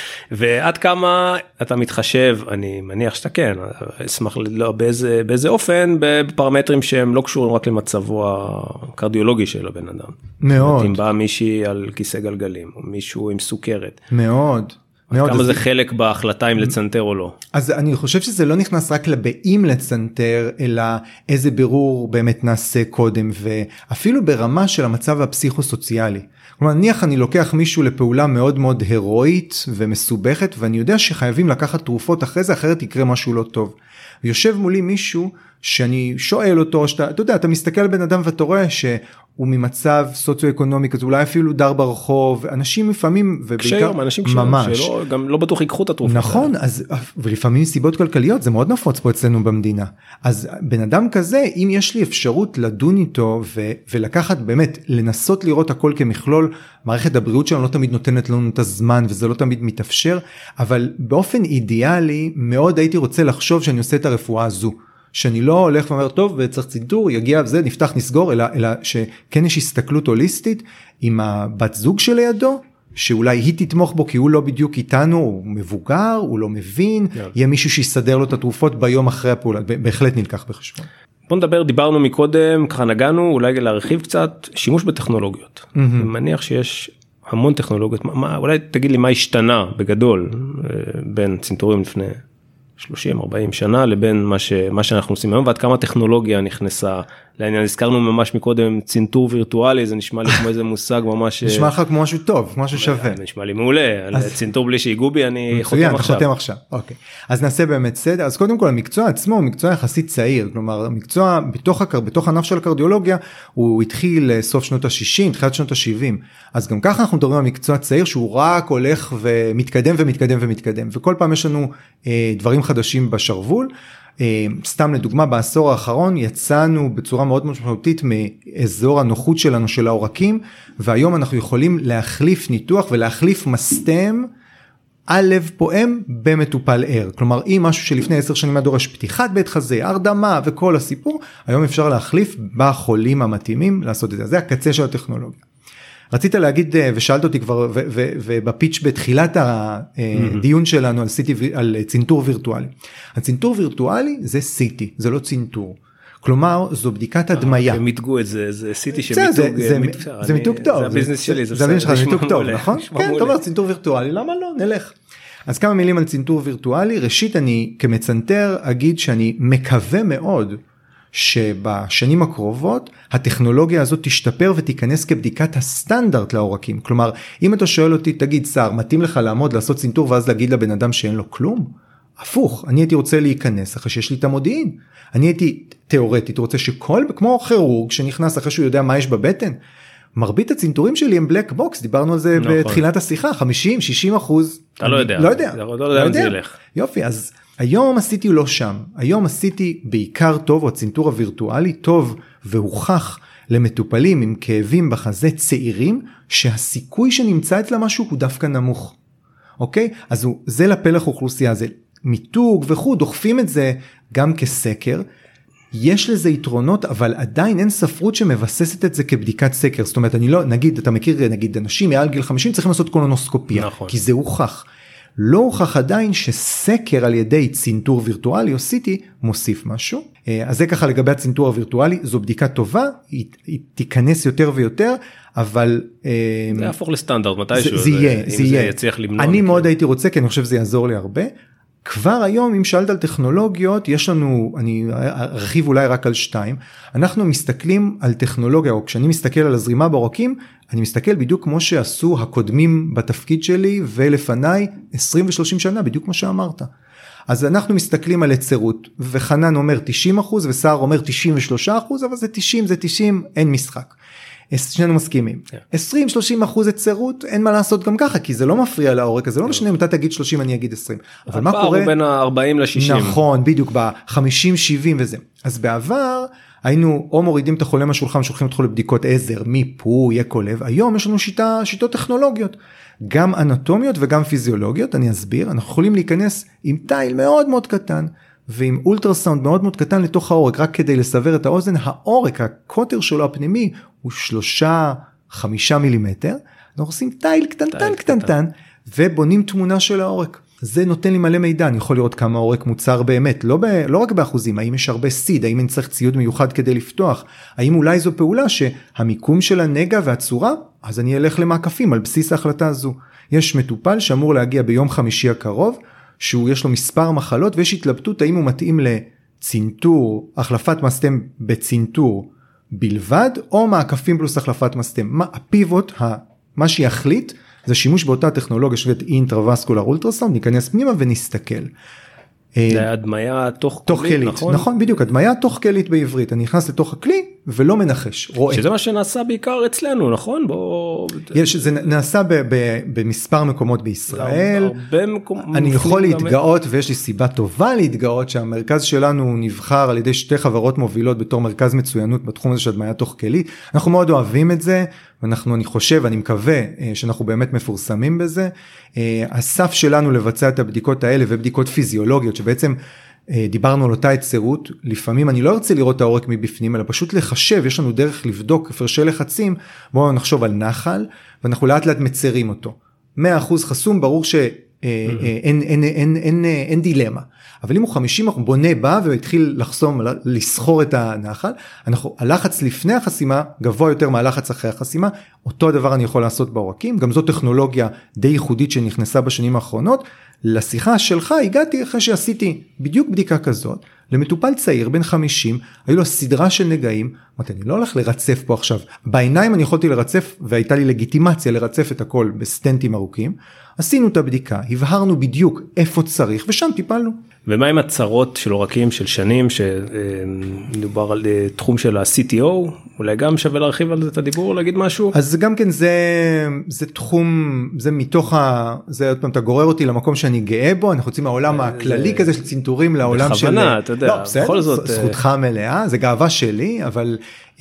ועד כמה אתה מתחשב, אני מניח שאתה כן, אשמח באיזה אופן, בפרמטרים שהם לא קשורים רק למצבו הקרדיולוגי של הבן אדם. מאוד. אם בא מישהי על כיסא גלגלים, או מישהו עם סוכרת. מאוד. כמה זה חלק בהחלטה אם לצנתר או לא? אז אני חושב שזה לא נכנס רק לבאים לצנתר, אלא איזה בירור באמת נעשה קודם, ואפילו ברמה של המצב הפסיכוסוציאלי. כלומר, נניח אני לוקח מישהו לפעולה מאוד מאוד הירואית ומסובכת, ואני יודע שחייבים לקחת תרופות אחרי זה, אחרת יקרה משהו לא טוב. ויושב מולי מישהו שאני שואל אותו, אתה יודע, אתה מסתכל על בן אדם ואתה רואה שהוא ממצב סוציו-אקונומי, אז אולי אפילו דר ברחוב, אנשים לפעמים, ובעיקר אנשים שגם לא בטוח ייקחו את התרופה. נכון, ולפעמים סיבות כלכליות, זה מאוד נפוץ פה אצלנו במדינה. אז בן אדם כזה, אם יש לי אפשרות לדון איתו, ולקחת באמת, לנסות לראות הכל כמכלול, מערכת הבריאות שלנו לא תמיד נותנת לנו את הזמן, וזה לא תמיד מתאפשר, אבל באופן אידיאלי, מאוד הייתי רוצה לחשוב שאני עושה את הרפואה הזו. שאני לא הולך ואומר, טוב, וצריך צינטור, יגיע וזה, נפתח, נסגור, אלא שכן יש הסתכלות הוליסטית, עם הבת זוג שלידו, שאולי היא תתמוך בו, כי הוא לא בדיוק איתנו, הוא מבוגר, הוא לא מבין, יהיה מישהו שיסדר לו את התרופות ביום אחרי הפעולה, בהחלט נלקח בחשבון. בוא נדבר, דיברנו מקודם, ככה נגענו, אולי להרחיב קצת, שימוש בטכנולוגיות. אני מניח שיש המון טכנולוגיות, אולי תגיד לי מה השתנה בגדול, בין צינטורים לפני 30-40 שנה לבין מה שאנחנו עושים היום, ועד כמה טכנולוגיה נכנסה לעניין. הזכרנו ממש מקודם צינטור וירטואלי, זה נשמע לי כמו איזה מושג ממש... נשמע לך כמו משהו טוב, כמו משהו שווה. נשמע לי מעולה, על צינטור בלי שיגעו בי, אני חותם עכשיו. אוקיי. אז נעשה באמת סדר. אז קודם כל, המקצוע עצמו הוא מקצוע יחסית צעיר, כלומר, המקצוע בתוך ענף של הקרדיולוגיה, הוא התחיל סוף שנות ה-60, תחילת שנות ה-70. אז גם ככה אנחנו מדברים על מקצוע צעיר, שהוא רק הולך ומתקדם ומתקדם ומתקדם. וכל פעם יש לנו דברים חדשים בשרוול. סתם לדוגמה, בעשור האחרון יצאנו בצורה מאוד משמעותית מאזור הנוחות שלנו של העורקים, והיום אנחנו יכולים להחליף ניתוח ולהחליף מסתם על לב פועם במטופל ער. כלומר, אם משהו שלפני 10 שנים דורש פתיחת בית חזה, הרדמה וכל הסיפור, היום אפשר להחליף בחולים המתאימים לעשות את זה. זה הקצה של הטכנולוגיה. רצית להגיד, ושאלת אותי כבר, ובפיץ' בתחילת הדיון שלנו על צינטור וירטואלי. הצינטור וירטואלי זה CT, זה לא צינטור. כלומר, זו בדיקת הדמיה. הם מיתגו את זה, זה CT שמיתוג. זה מיתוג טוב. זה הביזנס שלי, זה מיתוג טוב, נכון? כן, אתה אומר צינטור וירטואלי, למה לא? נלך. אז כמה מילים על צינטור וירטואלי. ראשית, אני כמצנתר אגיד שאני מקווה מאוד שבשנים הקרובות הטכנולוגיה הזאת תשתפר ותיכנס כבדיקת הסטנדרט לעורקים. כלומר, אם אתה שואל אותי, תגיד, שר, מתאים לך לעמוד, לעשות צינטור, ואז להגיד לבן אדם שאין לו כלום? הפוך, אני הייתי רוצה להיכנס אחרי שיש לי את המודיעין. אני הייתי תיאורטית רוצה כמו כירורג שנכנס אחרי שהוא יודע מה יש בבטן. מרבית הצינטורים שלי הם בלק בוקס, דיברנו על זה בתחילת השיחה, 50-60%. אתה לא יודע. לא יודע. לא יודע אם זה ילך. יופי, אז היום עשיתי לא שם. היום עשיתי בעיקר טוב, או הצינטור הווירטואלי טוב והוכח למטופלים עם כאבים בחזה צעירים, שהסיכוי שנמצא אצלה משהו הוא דווקא נמוך. אוקיי? אז זה לפלח אוכלוסייה, זה מיתוג וכו', דוחפים את זה גם כסקר. יש לזה יתרונות, אבל עדיין אין ספרות שמבססת את זה כבדיקת סקר. זאת אומרת, אני לא, נגיד, אתה מכיר, נגיד, אנשים מעל גיל 50 צריכים לעשות קולונוסקופיה, נכון. כי זה הוכח. לא הוכח עדיין שסקר על ידי צינטור וירטואלי או CT מוסיף משהו. אז זה ככה לגבי הצינטור הווירטואלי, זו בדיקה טובה, היא תיכנס יותר ויותר, אבל... זה יהפוך לסטנדרט מתישהו. זה יהיה, זה יצליח למנוע. אני מאוד הייתי רוצה, כי אני חושב שזה יעזור לי הרבה. כבר היום, אם שאלת על טכנולוגיות, יש לנו, אני ארחיב אולי רק על 2, אנחנו מסתכלים על טכנולוגיה, או כשאני מסתכל על הזרימה בעורקים, אני מסתכל בדיוק כמו שעשו הקודמים בתפקיד שלי, ולפניי 20 ו-30 שנה, בדיוק כמו שאמרת. אז אנחנו מסתכלים על יצירות, וחנן אומר 90%, וסער אומר 93%, אבל זה 90, אין משחק. שנינו מסכימים. 20-30% יצירות, אין מה לעשות גם ככה, כי זה לא מפריע לעורק, אז זה לא משנה אם אתה תגיד 30, אני אגיד 20. אבל מה קורה? בין ה-40 ל-60. נכון, בדיוק, ב-50-70 וזה. אז בעבר, היינו או מורידים את החולה מהשולחן, שולחים אותו לבדיקות עזר, מיפוי, אקולב. היום יש לנו שיטות טכנולוגיות, גם אנטומיות וגם פיזיולוגיות, אני אסביר. אנחנו יכולים להיכנס עם טייל מאוד מאוד קטן, ועם אולטרסאונד מאוד מאוד קטן לתוך העורק, רק כדי לסבר את האוזן. העורק, הקוטר שלו הפנימי, הוא 3-5 מילימטר. אנחנו עושים טייל קטנטן, ובונים תמונה של העורק. זה נותן לי מלא מידע, אני יכול לראות כמה העורק מוצר באמת, לא רק באחוזים, האם יש הרבה סיד, האם אני צריך ציוד מיוחד כדי לפתוח, האם אולי זו פעולה שהמיקום של הנגע והצורה, אז אני אלך למעקפים על בסיס ההחלטה הזו. יש מטופל שאמור להגיע ביום חמישי הקרוב, שהוא יש לו מספר מחלות, ויש התלבטות האם הוא מתאים לצינטור, החלפת מסתם בצינטור בלבד, או מעקפים פלוס החלפת מסתם. הפיבוט, מה שיחליט, זה שימוש באותה טכנולוגיה של אינטרווסקולר אולטרסאונד, ניכנס פנימה ונסתכל. זה הדמיה תוך כלית, נכון? נכון, בדיוק, הדמיה תוך כלית בעברית. אני נכנס לתוך הכלי ולא מנחש, רואה. שזה מה שנעשה בעיקר אצלנו, נכון? זה נעשה במספר מקומות בישראל. הרבה מקומות. אני יכול להתגאות, ויש לי סיבה טובה להתגאות, שהמרכז שלנו נבחר על ידי 2 חברות מובילות בתור מרכז מצוינות בתחום הזה של הדמיה תוך כלית. אנחנו מאוד אוהבים את זה, אני חושב, אני מקווה שאנחנו באמת מפורסמים בזה. הסף שלנו לבצע את הבדיקות האלה ובדיקות פיזיולוגיות, שבעצם דיברנו על אותה יצירות, לפעמים אני לא ארצה לראות את העורק מבפנים, אלא פשוט לחשב, יש לנו דרך לבדוק הפרשי לחצים, בואו נחשוב על נחל, ואנחנו לאט לאט מצרים אותו. 100% חסום, ברור שאין דילמה. אבל אם הוא 50%, בונה בא והתחיל לחסום, לסחור את הנחל, הלחץ לפני החסימה גבוה יותר מהלחץ אחרי החסימה, אותו הדבר אני יכול לעשות בעורקים, גם זו טכנולוגיה די ייחודית שנכנסה בשנים האחרונות. לשיחה שלך הגעתי אחרי שעשיתי בדיוק בדיקה כזאת, למטופל צעיר בן 50, היו לו סדרה של נגעים, אמרתי, אני לא הולך לרצף פה עכשיו, בעיניים אני יכולתי לרצף, והייתה לי לגיטימציה לרצף את הכל בסטנטים ארוכים, עשינו את הבדיקה, הבהרנו בדיוק איפה צריך, ושם טיפלנו. ומה עם הצרות של עורקים של שנים, שדובר על תחום של ה-CTO, אולי גם שווה להרחיב על זה את הדיבור, להגיד משהו? אז גם כן זה תחום, זה מתוך זה עוד פעם, אתה גורר אותי למקום שאני גאה בו, אנחנו יוצאים מהעולם הכללי כזה של צינטורים, לעולם של... בכוונה, אתה יודע, בכל זאת... זכותך מלאה, זה גאווה שלי, אבל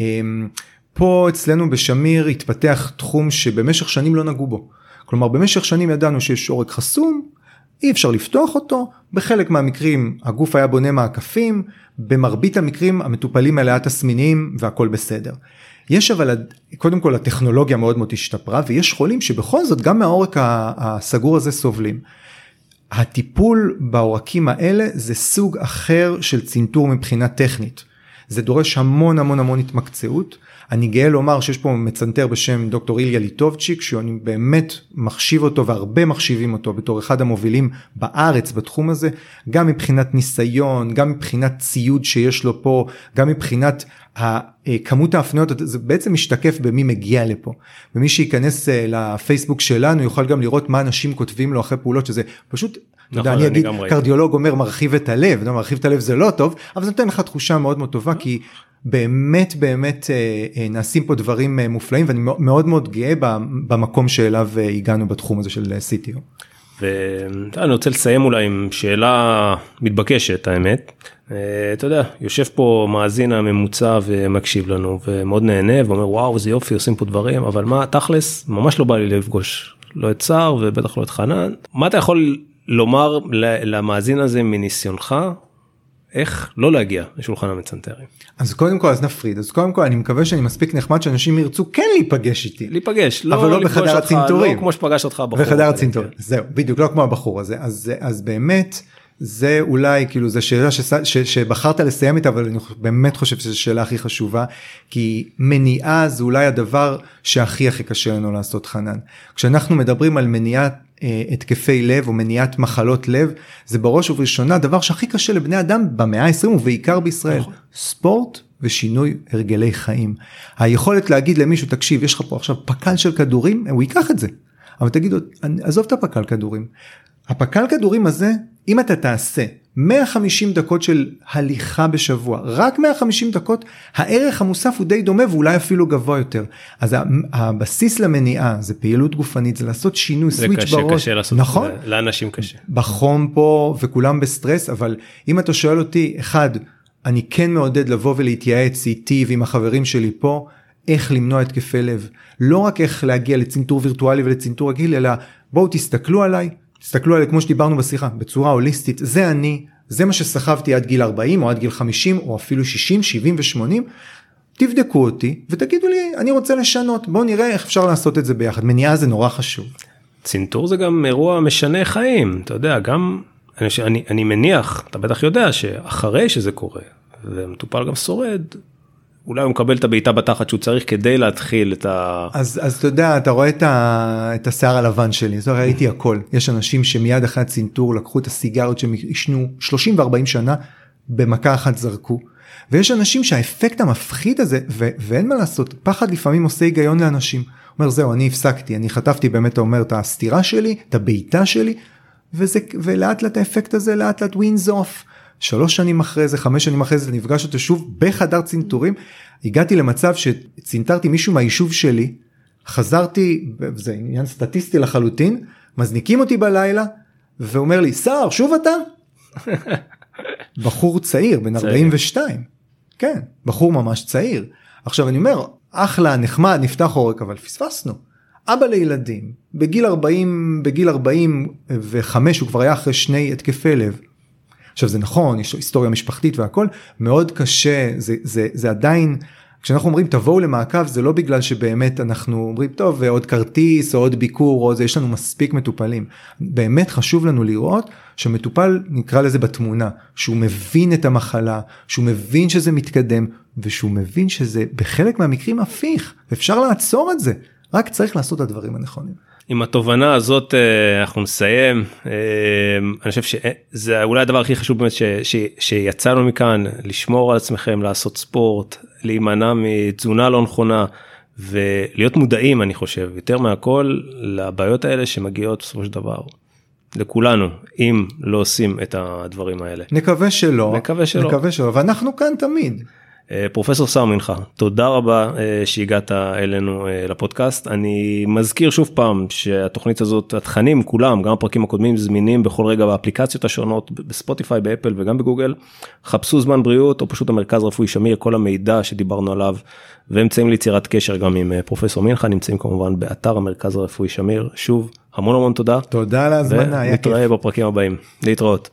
פה אצלנו בשמיר התפתח תחום שבמשך שנים לא נגעו בו. כלומר, במשך שנים ידענו שיש עורק חסום, אי אפשר לפתוח אותו, בחלק מהמקרים הגוף היה בונה מעקפים, במרבית המקרים המטופלים מלאה תסמינים והכל בסדר. יש אבל, קודם כל הטכנולוגיה מאוד מאוד השתפרה, ויש חולים שבכל זאת גם מהעורק הסגור הזה סובלים. הטיפול בעורקים האלה זה סוג אחר של צינטור מבחינה טכנית. זה דורש המון המון המון התמקצעות. אני גאה לומר שיש פה מצנתר בשם דוקטור איליה ליטובצ'יק, שאני באמת מחשיב אותו והרבה מחשיבים אותו בתור אחד המובילים בארץ בתחום הזה, גם מבחינת ניסיון, גם מבחינת ציוד שיש לו פה, גם מבחינת כמות ההפניות, זה בעצם משתקף במי מגיע לפה. ומי שייכנס לפייסבוק שלנו יוכל גם לראות מה אנשים כותבים לו אחרי פעולות, שזה פשוט, אני אגיד, קרדיולוג אומר מרחיב את הלב, מרחיב את הלב זה לא טוב, אבל זה נותן לך תחושה מאוד מאוד טובה, כי באמת נעשים פה דברים מופלאים, ואני מאוד מאוד גאה במקום שאליו הגענו בתחום הזה של CTO. ואני רוצה לסיים אולי עם שאלה מתבקשת, האמת. אתה יודע, יושב פה מאזין הממוצע ומקשיב לנו, ומאוד נהנה, ואומר, וואו, זה יופי, עושים פה דברים, אבל מה, תכלס, ממש לא בא לי לפגוש, לא את צער, ובטח לא את חנן. מה אתה יכול לומר למאזין הזה מניסיונך, איך לא להגיע לשולחן המצנתרים? אז קודם כל, אז נפריד. אז קודם כל, אני מקווה שאני מספיק נחמד שאנשים ירצו כן להיפגש איתי. להיפגש, אבל לא בחדר הצינטורים. לא כמו שפגש אותך הבחור. בחדר הצינטורים, זהו, בדיוק, לא כמו הבחור הזה. אז באמת, זה אולי, כאילו, זו שאלה שבחרת לסיים איתה, אבל אני באמת חושב שזו שאלה הכי חשובה, כי מניעה זה אולי הדבר שהכי קשה לנו לעשות, חנן. כשאנחנו מדברים על מניעת התקפי לב או מניעת מחלות לב, זה בראש ובראשונה דבר שהכי קשה לבני אדם במאה ה-20 ובעיקר בישראל. ספורט ושינוי הרגלי חיים. היכולת להגיד למישהו, תקשיב, יש לך פה עכשיו פקל של כדורים, הוא ייקח את זה. אבל תגידו, עזוב את הפקל כדורים. הפקל כדורים הזה, אם אתה תעשה 150 דקות של הליכה בשבוע, רק 150 דקות, הערך המוסף הוא די דומה ואולי אפילו גבוה יותר. אז הבסיס למניעה זה פעילות גופנית, זה לעשות שינוי, סוויץ' בראש. זה קשה לעשות, נכון? לאנשים קשה. בחום פה וכולם בסטרס, אבל אם אתה שואל אותי, אחד, אני כן מעודד לבוא ולהתייעץ איתי ועם החברים שלי פה, איך למנוע התקפי לב. לא רק איך להגיע לצנתור וירטואלי ולצנתור רגיל, אלא בואו תסתכלו עליי, כמו שדיברנו בשיחה, בצורה הוליסטית, זה אני, זה מה שסחבתי עד גיל 40 או עד גיל 50 או אפילו 60, 70 ו-80, תבדקו אותי ותגידו לי, אני רוצה לשנות, בואו נראה איך אפשר לעשות את זה ביחד, מניעה זה נורא חשוב. צנתור זה גם אירוע משנה חיים, אתה יודע, גם, אני מניח, אתה בטח יודע שאחרי שזה קורה, ומטופל גם שורד, אולי הוא מקבל את הבעיטה בתחת שהוא צריך כדי להתחיל את ה... אז אתה יודע, אתה רואה את השיער הלבן שלי, אז ראיתי הכל. יש אנשים שמיד אחרי הצנתור לקחו את הסיגריות שהם ישנו 30 ו-40 שנה, במכה אחת זרקו. ויש אנשים שהאפקט המפחיד הזה, ואין מה לעשות, פחד לפעמים עושה היגיון לאנשים. אומר, זהו, אני הפסקתי, אני חטפתי באמת, אומר, את הסתירה שלי, את הבעיטה שלי, ולאט לאט האפקט הזה, לאט לאט wins off. 3 שנים אחרי זה, 5 שנים אחרי זה, נפגש אותו שוב בחדר צנתורים, הגעתי למצב שצנתרתי מישהו מהיישוב שלי, חזרתי, זה עניין סטטיסטי לחלוטין, מזניקים אותי בלילה, ואומר לי, שר, שוב אתה? בחור צעיר, בן 42, כן, בחור ממש צעיר. עכשיו אני אומר, אחלה, נחמד, נפתח עורק, אבל פספסנו. אבא לילדים, בגיל 45 הוא כבר היה אחרי 2 התקפי לב, עכשיו זה נכון, יש היסטוריה משפחתית והכל, מאוד קשה, זה עדיין, כשאנחנו אומרים תבואו למעקב, זה לא בגלל שבאמת אנחנו אומרים, טוב, ועוד כרטיס או עוד ביקור, או זה, יש לנו מספיק מטופלים. באמת חשוב לנו לראות שמטופל, נקרא לזה בתמונה, שהוא מבין את המחלה, שהוא מבין שזה מתקדם, ושהוא מבין שזה בחלק מהמקרים הפיך, ואפשר לעצור את זה, רק צריך לעשות את הדברים הנכונים. עם התובנה הזאת אנחנו נסיים, אני חושב שזה אולי הדבר הכי חשוב באמת שיצאנו מכאן, לשמור על עצמכם, לעשות ספורט, להימנע מתזונה לא נכונה, ולהיות מודעים אני חושב, יותר מהכל לבעיות האלה שמגיעות בסופו של דבר, לכולנו, אם לא עושים את הדברים האלה. נקווה שלא, ואנחנו כאן תמיד. פרופסור שר מנחה, תודה רבה שהגעת אלינו לפודקאסט. אני מזכיר שוב פעם שהתוכנית הזאת, התכנים כולם, גם הפרקים הקודמים זמינים בכל רגע באפליקציות השונות, בספוטיפיי, באפל וגם בגוגל. חפשו זמן בריאות או פשוט המרכז רפואי שמיר, כל המידע שדיברנו עליו, ואמצעים ליצירת קשר גם עם פרופסור מנחה, נמצאים כמובן באתר המרכז הרפואי שמיר. שוב, המון תודה. תודה על ההזמנה, ונתראה בפרקים הבאים. להתראות.